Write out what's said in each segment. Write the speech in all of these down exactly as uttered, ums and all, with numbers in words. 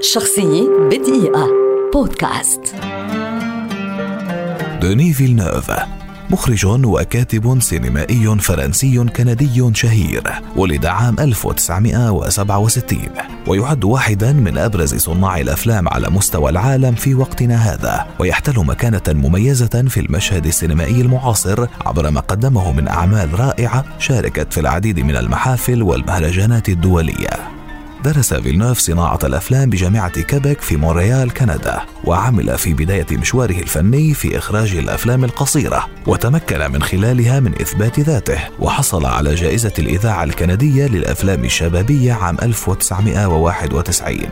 شخصية بدقيقة بودكاست. دوني فيلنوف مخرج وكاتب سينمائي فرنسي كندي شهير، ولد عام ألف وتسعمائة وسبعة وستين ويعد واحدا من أبرز صناع الأفلام على مستوى العالم في وقتنا هذا، ويحتل مكانة مميزة في المشهد السينمائي المعاصر عبر ما قدمه من أعمال رائعة شاركت في العديد من المحافل والمهرجانات الدولية. درس فيلنوف صناعة الأفلام بجامعة كيبك في مونريال كندا، وعمل في بداية مشواره الفني في إخراج الأفلام القصيرة، وتمكن من خلالها من إثبات ذاته، وحصل على جائزة الإذاعة الكندية للأفلام الشبابية عام ألف وتسعمائة وواحد وتسعين.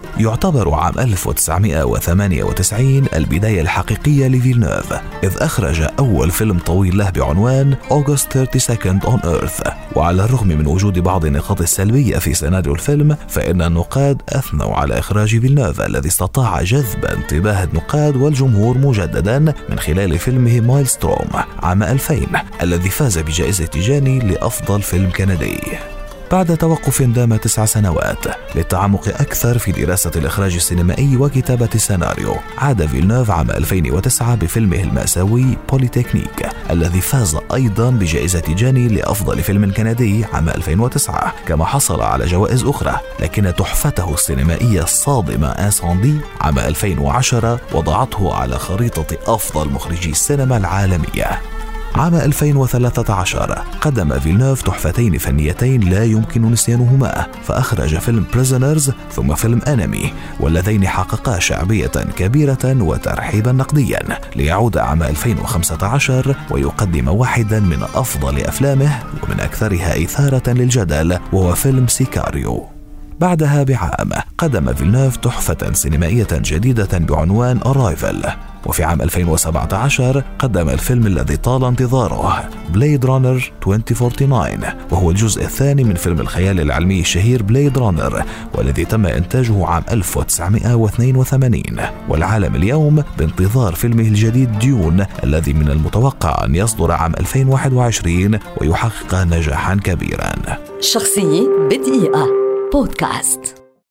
يعتبر عام ألف وتسعمائة وثمانية وتسعين البداية الحقيقية لفيلنوف، إذ أخرج أول فيلم طويل له بعنوان August thirty-second on Earth. وعلى الرغم من وجود بعض النقاط السلبية في سيناريو الفيلم، فإن النقاد أثنوا على إخراج فيلنوف الذي استطاع جذب انتباه النقاد والجمهور مجددا من خلال فيلمه مايلستروم عام ألفين الذي فاز بجائزة جاني لأفضل فيلم كندي. بعد توقف دام تسع سنوات للتعمق أكثر في دراسة الإخراج السينمائي وكتابة السيناريو، عاد فيلنوف عام ألفين وتسعة بفيلمه المأساوي بوليتكنيك الذي فاز أيضا بجائزة جاني لأفضل فيلم كندي عام ألفين وتسعة، كما حصل على جوائز أخرى، لكن تحفته السينمائية الصادمة انساندي عام ألفين وعشرة وضعته على خريطة أفضل مخرجي السينما العالمية. عام ألفين وثلاثة عشر قدم فيلنوف تحفتين فنيتين لا يمكن نسيانهما، فأخرج فيلم بريزونرز ثم فيلم أنمي، واللذين حققا شعبية كبيرة وترحيبا نقديا، ليعود عام ألفين وخمسة عشر ويقدم واحدا من أفضل أفلامه ومن أكثرها إثارة للجدل، وهو فيلم سيكاريو. بعدها بعام قدم فيلنوف تحفة سينمائية جديدة بعنوان أرايفل، وفي عام ألفين وسبعة عشر قدم الفيلم الذي طال انتظاره بليد رانر ألفين وتسعة وأربعين، وهو الجزء الثاني من فيلم الخيال العلمي الشهير بليد رانر، والذي تم إنتاجه عام ألف وتسعمائة واثنين وثمانين. والعالم اليوم بانتظار فيلمه الجديد ديون الذي من المتوقع أن يصدر عام ألفين وواحد وعشرين ويحقق نجاحا كبيرا. شخصية بدقيقة بودكاست.